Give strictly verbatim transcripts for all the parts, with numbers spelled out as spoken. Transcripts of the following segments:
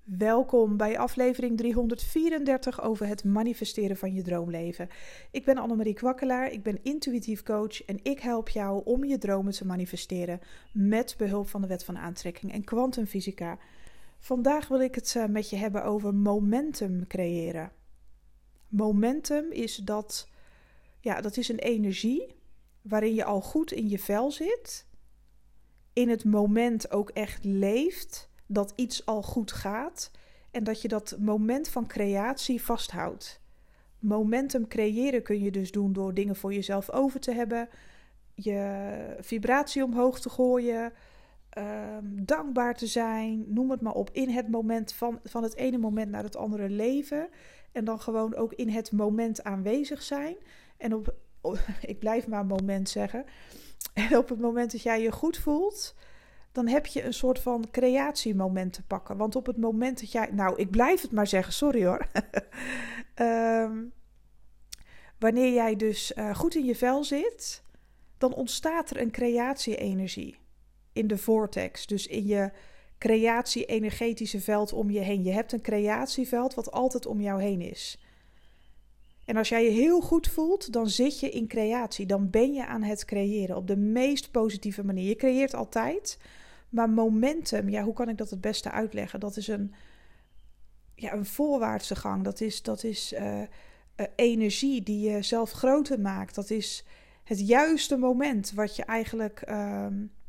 Welkom bij aflevering driehonderdvierendertig over het manifesteren van je droomleven. Ik ben Annemarie Kwakkelaar, ik ben intuïtief coach en ik help jou om je dromen te manifesteren met behulp van de wet van aantrekking en kwantumfysica. Vandaag wil ik het met je hebben over momentum creëren. Momentum is dat, ja, dat is een energie waarin je al goed in je vel zit, in het moment ook echt leeft, dat iets al goed gaat en dat je dat moment van creatie vasthoudt. Momentum creëren kun je dus doen door dingen voor jezelf over te hebben, je vibratie omhoog te gooien, uh, dankbaar te zijn, noem het maar op, in het moment van, van het ene moment naar het andere leven en dan gewoon ook in het moment aanwezig zijn. En op, op ik blijf maar moment zeggen, en op het moment dat jij je goed voelt, dan heb je een soort van creatiemoment te pakken. Want op het moment dat jij... Nou, ik blijf het maar zeggen, sorry hoor. um, wanneer jij dus uh, goed in je vel zit, dan ontstaat er een creatie-energie in de vortex. Dus in je creatie-energetische veld om je heen. Je hebt een creatieveld wat altijd om jou heen is. En als jij je heel goed voelt, dan zit je in creatie. Dan ben je aan het creëren op de meest positieve manier. Je creëert altijd, maar momentum, ja, hoe kan ik dat het beste uitleggen? Dat is een, ja, een voorwaartse gang. Dat is, dat is uh, uh, energie die je zelf groter maakt. Dat is het juiste moment wat je eigenlijk, uh,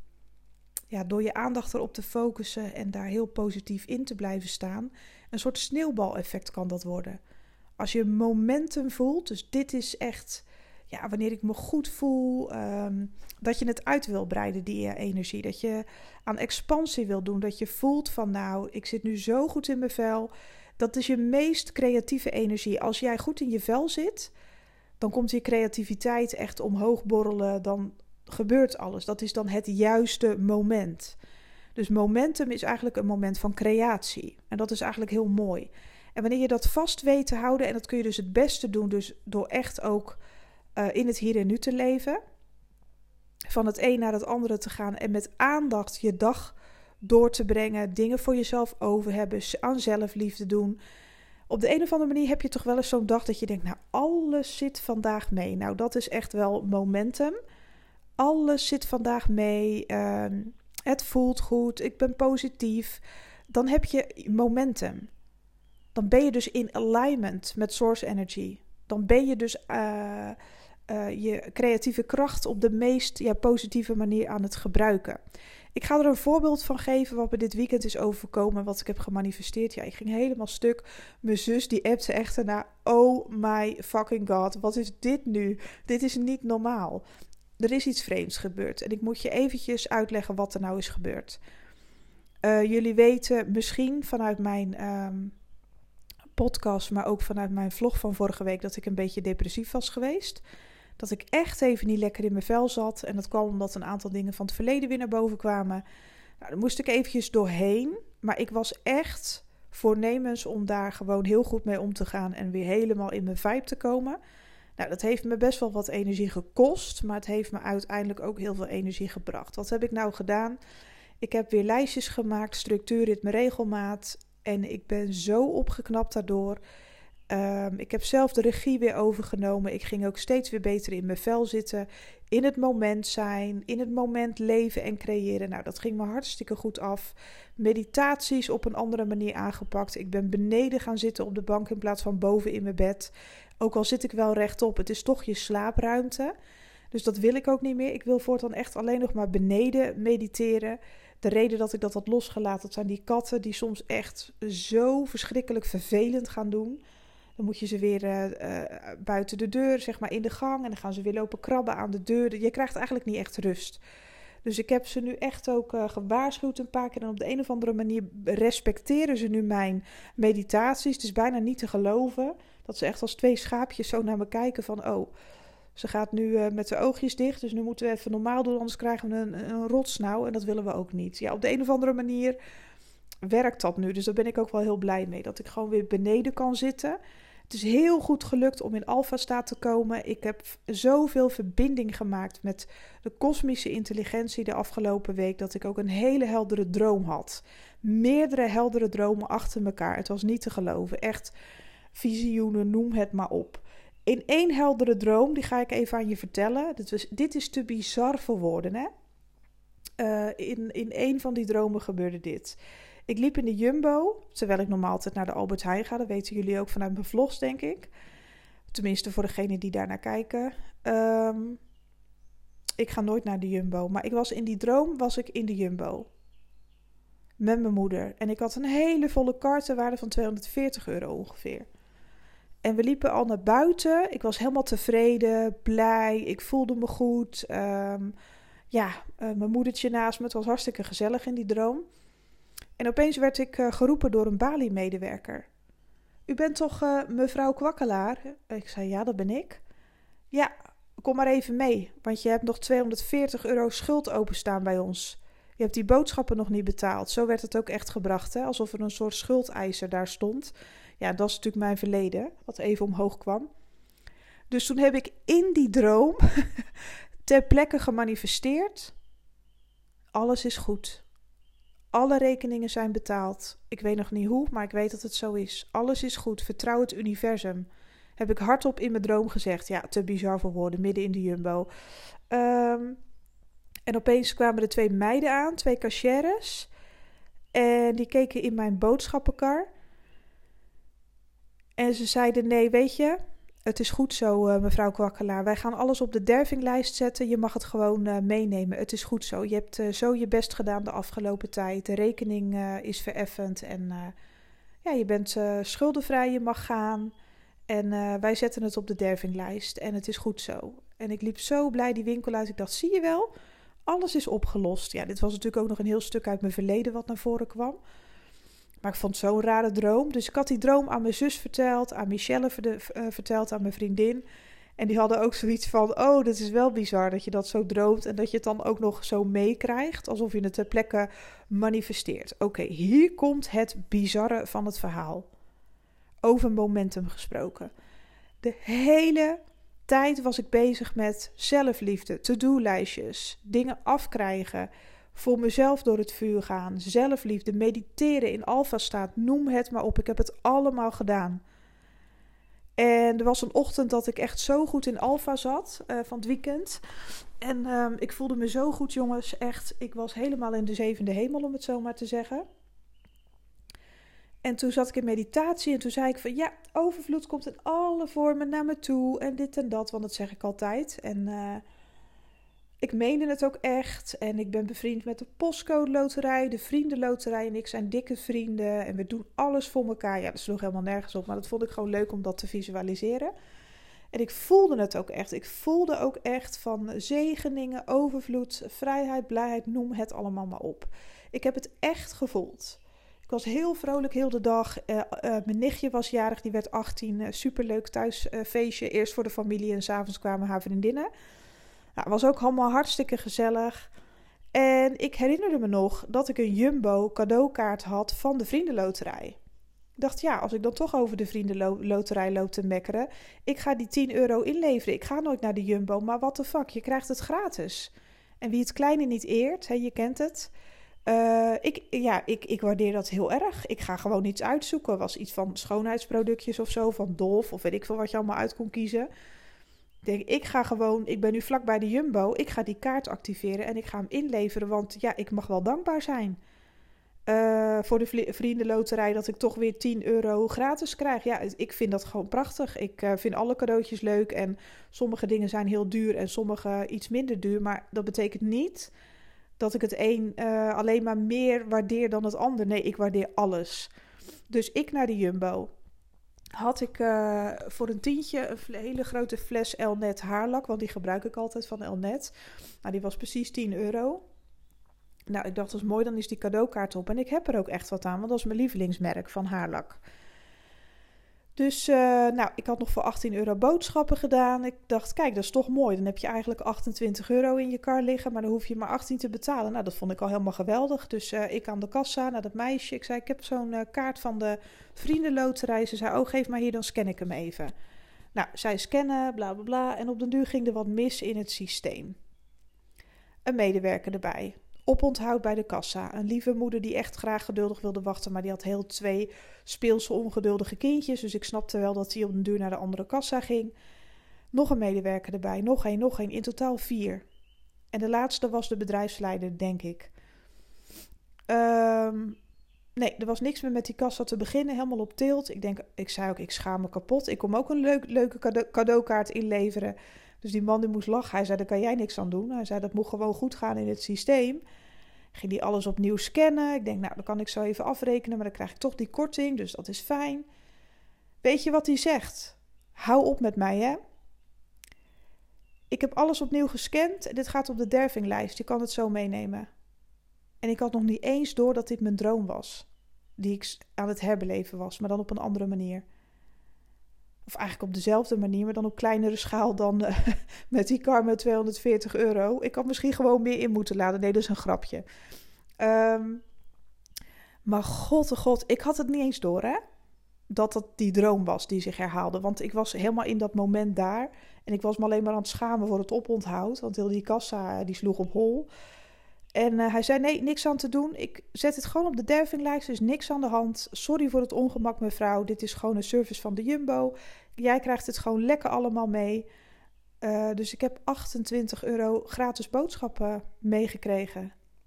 ja, door je aandacht erop te focussen en daar heel positief in te blijven staan, een soort sneeuwbaleffect kan dat worden. Als je momentum voelt, dus dit is echt, ja, wanneer ik me goed voel, um, dat je het uit wil breiden, die uh, energie. Dat je aan expansie wil doen, dat je voelt van nou, ik zit nu zo goed in mijn vel. Dat is je meest creatieve energie. Als jij goed in je vel zit, dan komt je creativiteit echt omhoog borrelen, dan gebeurt alles. Dat is dan het juiste moment. Dus momentum is eigenlijk een moment van creatie. En dat is eigenlijk heel mooi. En wanneer je dat vast weet te houden, en dat kun je dus het beste doen, dus door echt ook uh, in het hier en nu te leven, van het een naar het andere te gaan en met aandacht je dag door te brengen, dingen voor jezelf over hebben, aan zelfliefde doen. Op de een of andere manier heb je toch wel eens zo'n dag dat je denkt, nou, alles zit vandaag mee. Nou, dat is echt wel momentum. Alles zit vandaag mee. Uh, het voelt goed. Ik ben positief. Dan heb je momentum. Dan ben je dus in alignment met source energy. Dan ben je dus uh, uh, je creatieve kracht op de meest ja, positieve manier aan het gebruiken. Ik ga er een voorbeeld van geven wat me dit weekend is overkomen, wat ik heb gemanifesteerd. Ja, ik ging helemaal stuk. Mijn zus die appte echt erna, oh my fucking god, wat is dit nu? Dit is niet normaal. Er is iets vreemds gebeurd en ik moet je eventjes uitleggen wat er nou is gebeurd. Uh, jullie weten misschien vanuit mijn Um, podcast, maar ook vanuit mijn vlog van vorige week, dat ik een beetje depressief was geweest. Dat ik echt even niet lekker in mijn vel zat. En dat kwam omdat een aantal dingen van het verleden weer naar boven kwamen. Nou, daar moest ik eventjes doorheen. Maar ik was echt voornemens om daar gewoon heel goed mee om te gaan en weer helemaal in mijn vibe te komen. Nou, dat heeft me best wel wat energie gekost, maar het heeft me uiteindelijk ook heel veel energie gebracht. Wat heb ik nou gedaan? Ik heb weer lijstjes gemaakt, structuurritme, regelmaat. En ik ben zo opgeknapt daardoor. Um, ik heb zelf de regie weer overgenomen. Ik ging ook steeds weer beter in mijn vel zitten. In het moment zijn. In het moment leven en creëren. Nou, dat ging me hartstikke goed af. Meditaties op een andere manier aangepakt. Ik ben beneden gaan zitten op de bank in plaats van boven in mijn bed. Ook al zit ik wel rechtop. Het is toch je slaapruimte. Dus dat wil ik ook niet meer. Ik wil voortaan echt alleen nog maar beneden mediteren. De reden dat ik dat had losgelaten, dat zijn die katten die soms echt zo verschrikkelijk vervelend gaan doen. Dan moet je ze weer uh, uh, buiten de deur, zeg maar in de gang. En dan gaan ze weer lopen krabben aan de deur. Je krijgt eigenlijk niet echt rust. Dus ik heb ze nu echt ook uh, gewaarschuwd een paar keer. En op de een of andere manier respecteren ze nu mijn meditaties. Het is bijna niet te geloven dat ze echt als twee schaapjes zo naar me kijken van, oh, ze gaat nu uh, met de oogjes dicht, dus nu moeten we even normaal doen, anders krijgen we een, een rotsnauw en dat willen we ook niet. Ja, op de een of andere manier werkt dat nu, dus daar ben ik ook wel heel blij mee, dat ik gewoon weer beneden kan zitten. Het Het is heel goed gelukt om in alfa-staat te komen. Ik heb zoveel verbinding gemaakt met de kosmische intelligentie de afgelopen week, dat ik ook een hele heldere droom had. Meerdere heldere dromen achter elkaar. Het was niet te geloven. Echt visioenen, noem het maar op. In één heldere droom, die ga ik even aan je vertellen. Dit, was, dit is te bizar voor woorden, hè? Uh, in, in één van die dromen gebeurde dit. Ik liep in de Jumbo, terwijl ik normaal altijd naar de Albert Heijn ga. Dat weten jullie ook vanuit mijn vlogs, denk ik. Tenminste, voor degenen die daarnaar kijken. Um, ik ga nooit naar de Jumbo. Maar ik was in die droom, was ik in de Jumbo. Met mijn moeder. En ik had een hele volle kar ter waarde van tweehonderdveertig euro ongeveer. En we liepen al naar buiten. Ik was helemaal tevreden, blij. Ik voelde me goed. Um, ja, uh, mijn moedertje naast me. Het was hartstikke gezellig in die droom. En opeens werd ik uh, geroepen door een Bali-medewerker. U bent toch uh, mevrouw Kwakkelaar? Ik zei, ja, dat ben ik. Ja, kom maar even mee, want je hebt nog tweehonderdveertig euro schuld openstaan bij ons. Je hebt die boodschappen nog niet betaald. Zo werd het ook echt gebracht, hè? Alsof er een soort schuldeiser daar stond. Ja, dat is natuurlijk mijn verleden, wat even omhoog kwam. Dus toen heb ik in die droom ter plekke gemanifesteerd. Alles is goed. Alle rekeningen zijn betaald. Ik weet nog niet hoe, maar ik weet dat het zo is. Alles is goed. Vertrouw het universum. Heb ik hardop in mijn droom gezegd. Ja, te bizar voor woorden. Midden in de Jumbo. Um, en opeens kwamen er twee meiden aan. Twee cashiers. En die keken in mijn boodschappenkar. En ze zeiden, nee, weet je, het is goed zo, uh, mevrouw Kwakkelaar. Wij gaan alles op de dervinglijst zetten. Je mag het gewoon uh, meenemen. Het is goed zo. Je hebt uh, zo je best gedaan de afgelopen tijd. De rekening uh, is vereffend. En uh, ja, je bent uh, schuldenvrij. Je mag gaan. En uh, wij zetten het op de dervinglijst. En het is goed zo. En ik liep zo blij die winkel uit. Ik dacht, zie je wel? Alles is opgelost. Ja, dit was natuurlijk ook nog een heel stuk uit mijn verleden wat naar voren kwam. Maar ik vond het zo'n rare droom. Dus ik had die droom aan mijn zus verteld, aan Michelle uh, verteld, aan mijn vriendin. En die hadden ook zoiets van, oh, dat is wel bizar dat je dat zo droomt. En dat je het dan ook nog zo meekrijgt, alsof je het ter plekke manifesteert. Oké, okay, hier komt het bizarre van het verhaal. Over momentum gesproken. De hele tijd was ik bezig met zelfliefde, to-do-lijstjes, dingen afkrijgen, voor mezelf door het vuur gaan, zelfliefde, mediteren in alfa-staat, noem het maar op. Ik heb het allemaal gedaan. En er was een ochtend dat ik echt zo goed in alfa zat, uh, van het weekend. En uh, ik voelde me zo goed, jongens, echt. Ik was helemaal in de zevende hemel, om het zo maar te zeggen. En toen zat ik in meditatie en toen zei ik van, ja, overvloed komt in alle vormen naar me toe en dit en dat, want dat zeg ik altijd. En uh, ik meende het ook echt. En ik ben bevriend met de Postcode Loterij, de Vriendenloterij en ik zijn dikke vrienden. En we doen alles voor elkaar. Ja, dat sloeg helemaal nergens op, maar dat vond ik gewoon leuk om dat te visualiseren. En ik voelde het ook echt. Ik voelde ook echt van zegeningen, overvloed, vrijheid, blijheid, noem het allemaal maar op. Ik heb het echt gevoeld. Ik was heel vrolijk heel de dag. Uh, uh, mijn nichtje was jarig, die werd achttien. Uh, superleuk thuisfeestje. Uh, Eerst voor de familie en 's avonds kwamen haar vriendinnen. Nou, het was ook allemaal hartstikke gezellig. En ik herinnerde me nog dat ik een Jumbo cadeaukaart had van de Vriendenloterij. Ik dacht, ja, als ik dan toch over de Vriendenloterij loop te mekkeren, ik ga die tien euro inleveren. Ik ga nooit naar de Jumbo, maar what the fuck, je krijgt het gratis. En wie het kleine niet eert, hè, je kent het. Uh, ik, ja, ik, ik waardeer dat heel erg. Ik ga gewoon iets uitzoeken. Was iets van schoonheidsproductjes of zo, van Dolf of weet ik veel wat je allemaal uit kon kiezen. Ik denk, ik ga gewoon, ik ben nu vlak bij de Jumbo, ik ga die kaart activeren en ik ga hem inleveren, want ja, ik mag wel dankbaar zijn. Uh, voor de Vriendenloterij dat ik toch weer tien euro gratis krijg. Ja, ik vind dat gewoon prachtig. Ik uh, vind alle cadeautjes leuk en sommige dingen zijn heel duur en sommige iets minder duur, maar dat betekent niet dat ik het een uh, alleen maar meer waardeer dan het ander. Nee, ik waardeer alles. Dus ik naar de Jumbo. Had ik uh, voor een tientje een fle- hele grote fles Elnet haarlak. Want die gebruik ik altijd van Elnet. Nou, die was precies tien euro. Nou, ik dacht, dat is mooi, dan is die cadeaukaart op. En ik heb er ook echt wat aan, want dat is mijn lievelingsmerk van haarlak. Dus uh, nou, ik had nog voor achttien euro boodschappen gedaan. Ik dacht, kijk, dat is toch mooi. Dan heb je eigenlijk achtentwintig euro in je kar liggen, maar dan hoef je maar achttien te betalen. Nou, dat vond ik al helemaal geweldig. Dus uh, ik aan de kassa naar dat meisje. Ik zei, ik heb zo'n uh, kaart van de vriendenloterij. Ze zei, oh, geef maar hier, dan scan ik hem even. Nou, zij scannen, bla bla bla. En op den duur ging er wat mis in het systeem. Een medewerker erbij. Oponthoud bij de kassa. Een lieve moeder die echt graag geduldig wilde wachten, maar die had heel twee speelse ongeduldige kindjes. Dus ik snapte wel dat hij op den duur naar de andere kassa ging. Nog een medewerker erbij. Nog één, nog één. In totaal vier. En de laatste was de bedrijfsleider, denk ik. Um, nee, er was niks meer met die kassa te beginnen. Helemaal op tilt. Ik denk, ik zei ook, ik schaam me kapot. Ik kom ook een leuk, leuke cade- cadeaukaart inleveren. Dus die man die moest lachen. Hij zei, daar kan jij niks aan doen. Hij zei, dat moet gewoon goed gaan in het systeem. Ging die alles opnieuw scannen. Ik denk, nou, dan kan ik zo even afrekenen, maar dan krijg ik toch die korting, dus dat is fijn. Weet je wat hij zegt? Hou op met mij, hè? Ik heb alles opnieuw gescand en dit gaat op de dervinglijst. Je kan het zo meenemen. En ik had nog niet eens door dat dit mijn droom was. Die ik aan het herbeleven was, maar dan op een andere manier. Of eigenlijk op dezelfde manier, maar dan op kleinere schaal dan uh, met die kar met tweehonderdveertig euro. Ik had misschien gewoon meer in moeten laden. Nee, dat is een grapje. Um, maar god, oh god, ik had het niet eens door, hè? Dat dat die droom was die zich herhaalde. Want ik was helemaal in dat moment daar. En ik was me alleen maar aan het schamen voor het oponthoud. Want heel die kassa, die sloeg op hol. En uh, hij zei, nee, niks aan te doen. Ik zet het gewoon op de dervinglijst. Er is niks aan de hand. Sorry voor het ongemak, mevrouw. Dit is gewoon een service van de Jumbo. Jij krijgt het gewoon lekker allemaal mee. Uh, dus ik heb achtentwintig euro gratis boodschappen meegekregen.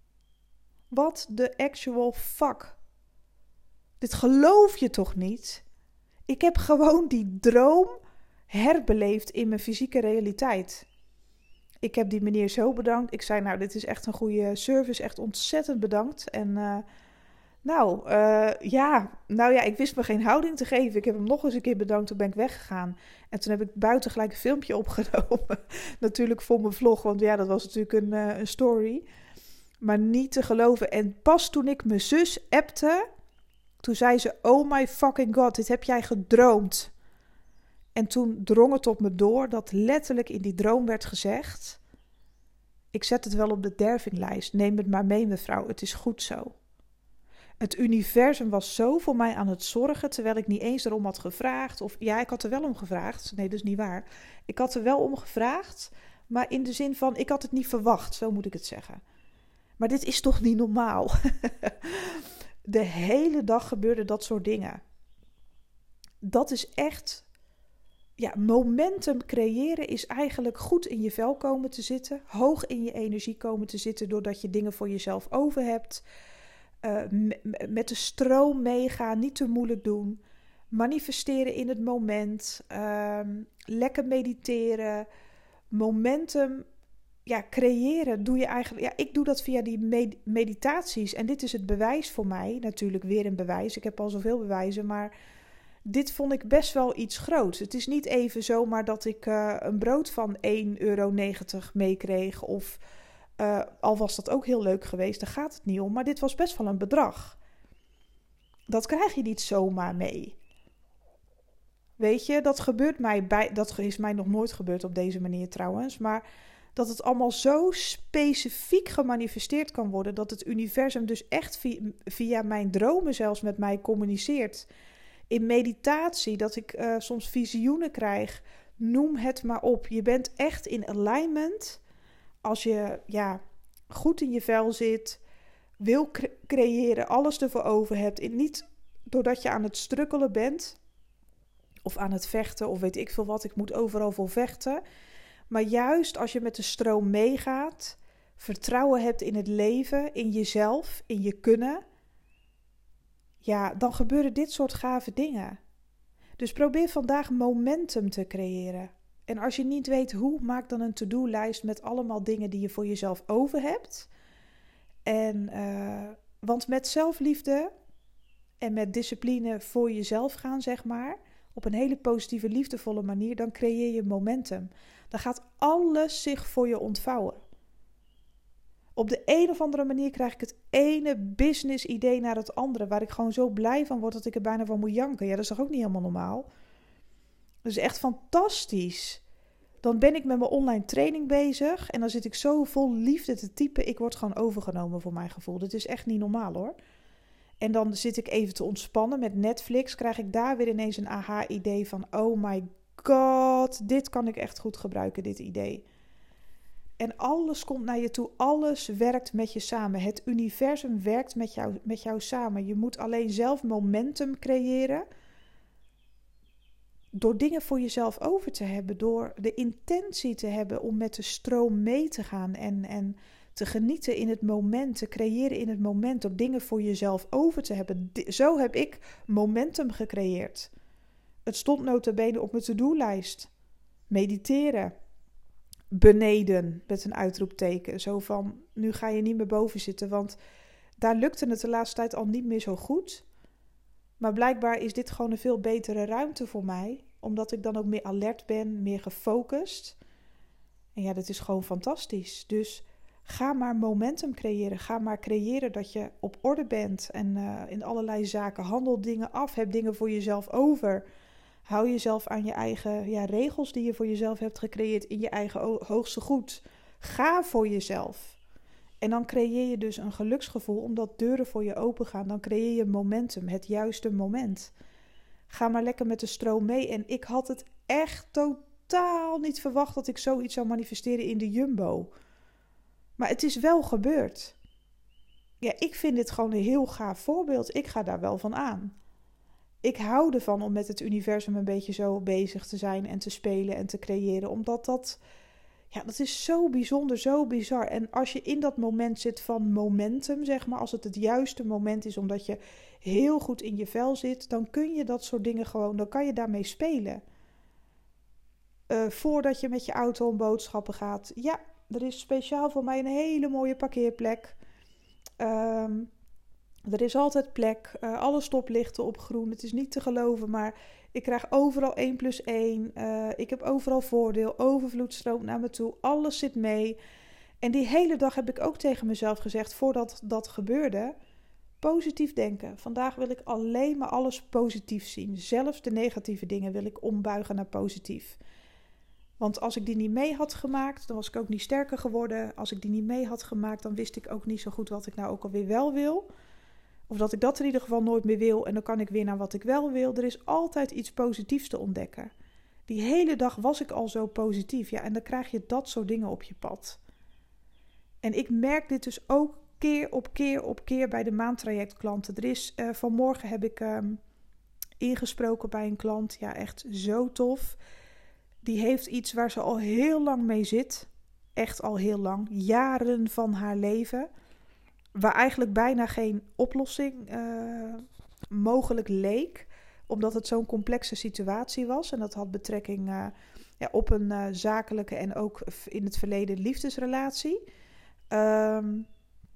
What the actual fuck? Dit geloof je toch niet? Ik heb gewoon die droom herbeleefd in mijn fysieke realiteit. Ik heb die meneer zo bedankt. Ik zei, nou, dit is echt een goede service. Echt ontzettend bedankt. En uh, nou, uh, ja, nou ja, ik wist me geen houding te geven. Ik heb hem nog eens een keer bedankt. Toen ben ik weggegaan. En toen heb ik buiten gelijk een filmpje opgenomen. Natuurlijk voor mijn vlog, want ja, dat was natuurlijk een, uh, een story. Maar niet te geloven. En pas toen ik mijn zus appte, toen zei ze, oh my fucking god, dit heb jij gedroomd. En toen drong het op me door dat letterlijk in die droom werd gezegd, ik zet het wel op de dervinglijst, neem het maar mee mevrouw, het is goed zo. Het universum was zo voor mij aan het zorgen, terwijl ik niet eens erom had gevraagd. Of ja, ik had er wel om gevraagd. Nee, dat is niet waar. Ik had er wel om gevraagd, maar in de zin van, ik had het niet verwacht, zo moet ik het zeggen. Maar dit is toch niet normaal? De hele dag gebeurden dat soort dingen. Dat is echt, ja, momentum creëren is eigenlijk goed in je vel komen te zitten. Hoog in je energie komen te zitten doordat je dingen voor jezelf over hebt. Uh, m- met de stroom meegaan, niet te moeilijk doen. Manifesteren in het moment. Uh, lekker mediteren. Momentum ja, creëren doe je eigenlijk. Ja, ik doe dat via die med- meditaties. En dit is het bewijs voor mij. Natuurlijk weer een bewijs. Ik heb al zoveel bewijzen, maar dit vond ik best wel iets groots. Het is niet even zomaar dat ik uh, een brood van één euro negentig meekreeg. Of uh, al was dat ook heel leuk geweest, daar gaat het niet om. Maar dit was best wel een bedrag. Dat krijg je niet zomaar mee. Weet je, dat gebeurt mij bij. Dat is mij nog nooit gebeurd op deze manier trouwens. Maar dat het allemaal zo specifiek gemanifesteerd kan worden. Dat het universum dus echt via, via mijn dromen zelfs met mij communiceert. In meditatie, dat ik uh, soms visioenen krijg. Noem het maar op. Je bent echt in alignment. Als je ja, goed in je vel zit, wil cre- creëren, alles ervoor over hebt. En niet doordat je aan het strukkelen bent. Of aan het vechten, of weet ik veel wat. Ik moet overal voor vechten. Maar juist als je met de stroom meegaat, vertrouwen hebt in het leven, in jezelf, in je kunnen, ja, dan gebeuren dit soort gave dingen. Dus probeer vandaag momentum te creëren. En als je niet weet hoe, maak dan een to-do-lijst met allemaal dingen die je voor jezelf over hebt. En, uh, want met zelfliefde en met discipline voor jezelf gaan, zeg maar, op een hele positieve, liefdevolle manier, dan creëer je momentum. Dan gaat alles zich voor je ontvouwen. Op de een of andere manier krijg ik het ene business idee naar het andere, waar ik gewoon zo blij van word dat ik er bijna van moet janken. Ja, dat is toch ook niet helemaal normaal? Dat is echt fantastisch. Dan ben ik met mijn online training bezig en dan zit ik zo vol liefde te typen. Ik word gewoon overgenomen voor mijn gevoel. Dat is echt niet normaal hoor. En dan zit ik even te ontspannen met Netflix. Krijg ik daar weer ineens een aha-idee van, oh my god, dit kan ik echt goed gebruiken, dit idee. En alles komt naar je toe. Alles werkt met je samen. Het universum werkt met jou, met jou samen. Je moet alleen zelf momentum creëren. Door dingen voor jezelf over te hebben. Door de intentie te hebben om met de stroom mee te gaan. En, en te genieten in het moment. Te creëren in het moment. Door dingen voor jezelf over te hebben. Zo heb ik momentum gecreëerd. Het stond nota bene op mijn to-do-lijst. Mediteren. Beneden, met een uitroepteken. Zo van, nu ga je niet meer boven zitten. Want daar lukte het de laatste tijd al niet meer zo goed. Maar blijkbaar is dit gewoon een veel betere ruimte voor mij. Omdat ik dan ook meer alert ben, meer gefocust. En ja, dat is gewoon fantastisch. Dus ga maar momentum creëren. Ga maar creëren dat je op orde bent. En uh, in allerlei zaken handel dingen af. Heb dingen voor jezelf over. Hou jezelf aan je eigen ja, regels die je voor jezelf hebt gecreëerd in je eigen o- hoogste goed. Ga voor jezelf. En dan creëer je dus een geluksgevoel omdat deuren voor je open gaan. Dan creëer je momentum, het juiste moment. Ga maar lekker met de stroom mee. En ik had het echt totaal niet verwacht dat ik zoiets zou manifesteren in de Jumbo. Maar het is wel gebeurd. Ja, ik vind dit gewoon een heel gaaf voorbeeld. Ik ga daar wel van aan. Ik hou ervan om met het universum een beetje zo bezig te zijn en te spelen en te creëren. Omdat dat, ja, dat is zo bijzonder, zo bizar. En als je in dat moment zit van momentum, zeg maar, als het het juiste moment is omdat je heel goed in je vel zit, dan kun je dat soort dingen gewoon, dan kan je daarmee spelen. Uh, voordat je met je auto om boodschappen gaat. Ja, er is speciaal voor mij een hele mooie parkeerplek. Um, Er is altijd plek, uh, alle stoplichten op groen. Het is niet te geloven, maar ik krijg overal één plus één. Uh, ik heb overal voordeel, overvloed stroomt naar me toe. Alles zit mee. En die hele dag heb ik ook tegen mezelf gezegd, voordat dat gebeurde, positief denken. Vandaag wil ik alleen maar alles positief zien. Zelfs de negatieve dingen wil ik ombuigen naar positief. Want als ik die niet mee had gemaakt, dan was ik ook niet sterker geworden. Als ik die niet mee had gemaakt, dan wist ik ook niet zo goed wat ik nou ook alweer wel wil. Of dat ik dat in ieder geval nooit meer wil en dan kan ik weer naar wat ik wel wil. Er is altijd iets positiefs te ontdekken. Die hele dag was ik al zo positief. Ja, en dan krijg je dat soort dingen op je pad. En ik merk dit dus ook keer op keer op keer bij de maandtrajectklanten. Er is, uh, vanmorgen heb ik um, ingesproken bij een klant. Ja, echt zo tof. Die heeft iets waar ze al heel lang mee zit. Echt al heel lang. Jaren van haar leven. Waar eigenlijk bijna geen oplossing uh, mogelijk leek. Omdat het zo'n complexe situatie was. En dat had betrekking uh, ja, op een uh, zakelijke en ook in het verleden liefdesrelatie. Um,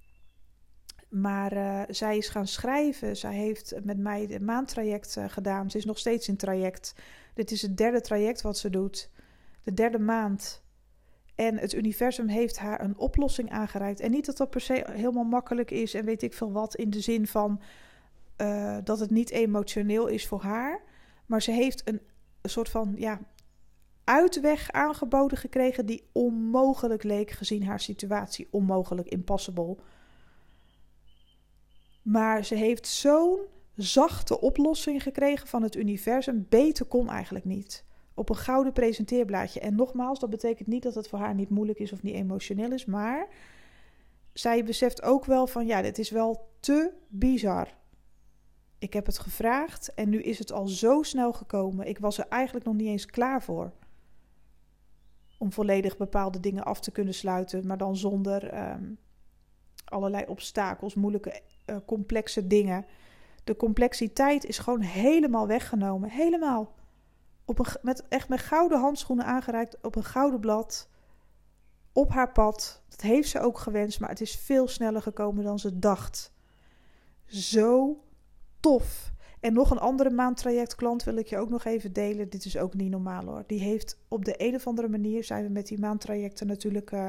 maar uh, zij is gaan schrijven. Zij heeft met mij het maandtraject uh, gedaan. Ze is nog steeds in traject. Dit is het derde traject wat ze doet. De derde maand. En het universum heeft haar een oplossing aangereikt. En niet dat dat per se helemaal makkelijk is en weet ik veel wat. In de zin van uh, dat het niet emotioneel is voor haar. Maar ze heeft een, een soort van ja, uitweg aangeboden gekregen die onmogelijk leek gezien haar situatie. Onmogelijk, impossible. Maar ze heeft zo'n zachte oplossing gekregen van het universum. Beter kon eigenlijk niet. Op een gouden presenteerblaadje. En nogmaals, dat betekent niet dat het voor haar niet moeilijk is of niet emotioneel is. Maar zij beseft ook wel van ja, dit is wel te bizar. Ik heb het gevraagd en nu is het al zo snel gekomen. Ik was er eigenlijk nog niet eens klaar voor. Om volledig bepaalde dingen af te kunnen sluiten. Maar dan zonder um, allerlei obstakels, moeilijke, uh, complexe dingen. De complexiteit is gewoon helemaal weggenomen. Helemaal. Op een, met, echt met gouden handschoenen aangereikt op een gouden blad. Op haar pad. Dat heeft ze ook gewenst, maar het is veel sneller gekomen dan ze dacht. Zo tof. En nog een andere maandtrajectklant wil ik je ook nog even delen. Dit is ook niet normaal hoor. Die heeft op de een of andere manier, zijn we met die maandtrajecten natuurlijk uh,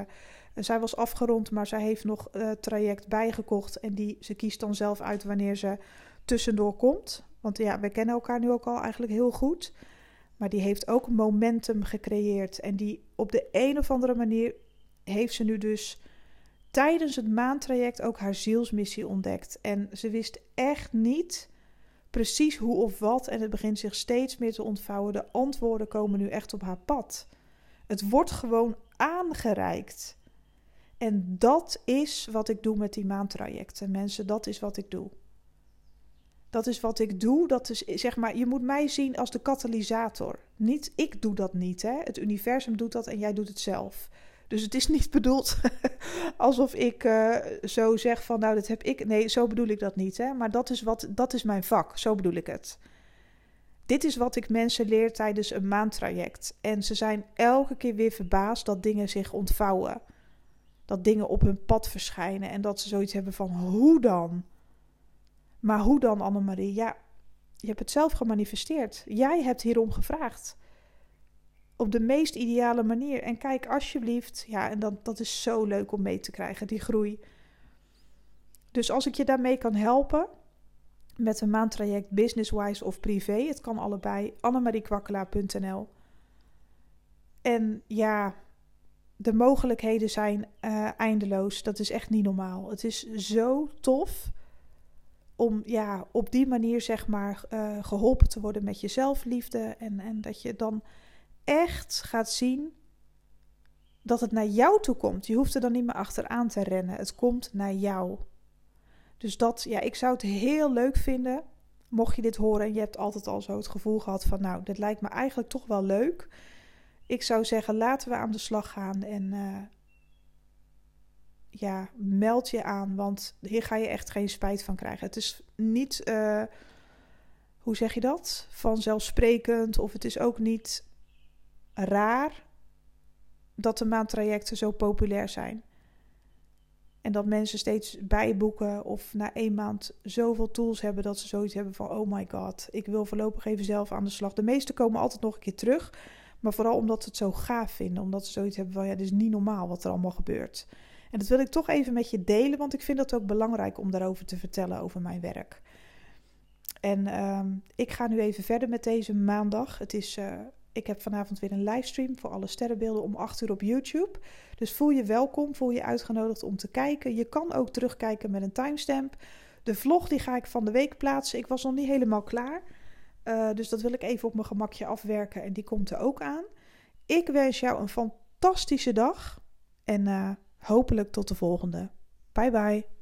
Uh, zij was afgerond, maar zij heeft nog uh, traject bijgekocht. En die, ze kiest dan zelf uit wanneer ze tussendoor komt. Want ja, we kennen elkaar nu ook al eigenlijk heel goed. Maar die heeft ook momentum gecreëerd. En die op de een of andere manier heeft ze nu dus tijdens het maandtraject ook haar zielsmissie ontdekt. En ze wist echt niet precies hoe of wat. En het begint zich steeds meer te ontvouwen. De antwoorden komen nu echt op haar pad. Het wordt gewoon aangereikt. En dat is wat ik doe met die maandtrajecten. Mensen, dat is wat ik doe. Dat is wat ik doe. Dat is, zeg maar, je moet mij zien als de katalysator. Niet, ik doe dat niet. Hè? Het universum doet dat en jij doet het zelf. Dus het is niet bedoeld alsof ik uh, zo zeg van, nou, dat heb ik. Nee, zo bedoel ik dat niet. Hè? Maar dat is, wat, dat is mijn vak. Zo bedoel ik het. Dit is wat ik mensen leer tijdens een maandtraject. En ze zijn elke keer weer verbaasd dat dingen zich ontvouwen. Dat dingen op hun pad verschijnen. En dat ze zoiets hebben van, hoe dan? Maar hoe dan, Annemarie? Ja, je hebt het zelf gemanifesteerd. Jij hebt hierom gevraagd. Op de meest ideale manier. En kijk alsjeblieft. Ja, en dat, dat is zo leuk om mee te krijgen, die groei. Dus als ik je daarmee kan helpen, met een maandtraject business-wise of privé, het kan allebei, annemariekwakkelaar punt n l. En ja, de mogelijkheden zijn uh, eindeloos. Dat is echt niet normaal. Het is zo tof om ja, op die manier zeg maar uh, geholpen te worden met je zelfliefde. En, en dat je dan echt gaat zien dat het naar jou toe komt. Je hoeft er dan niet meer achteraan te rennen. Het komt naar jou. Dus dat, ja, ik zou het heel leuk vinden, mocht je dit horen en je hebt altijd al zo het gevoel gehad van, nou, dit lijkt me eigenlijk toch wel leuk. Ik zou zeggen, laten we aan de slag gaan en uh, ja, meld je aan, want hier ga je echt geen spijt van krijgen. Het is niet, uh, hoe zeg je dat, vanzelfsprekend, of het is ook niet raar dat de maandtrajecten zo populair zijn. En dat mensen steeds bijboeken of na één maand zoveel tools hebben dat ze zoiets hebben van, oh my god, ik wil voorlopig even zelf aan de slag. De meesten komen altijd nog een keer terug, maar vooral omdat ze het zo gaaf vinden. Omdat ze zoiets hebben van, ja, dit is niet normaal wat er allemaal gebeurt. En dat wil ik toch even met je delen, want ik vind dat ook belangrijk om daarover te vertellen, over mijn werk. En um, ik ga nu even verder met deze maandag. Het is... Uh, Ik heb vanavond weer een livestream voor alle sterrenbeelden om acht uur op YouTube. Dus voel je welkom, voel je uitgenodigd om te kijken. Je kan ook terugkijken met een timestamp. De vlog die ga ik van de week plaatsen. Ik was nog niet helemaal klaar. Uh, dus dat wil ik even op mijn gemakje afwerken en die komt er ook aan. Ik wens jou een fantastische dag en uh, hopelijk tot de volgende. Bye bye.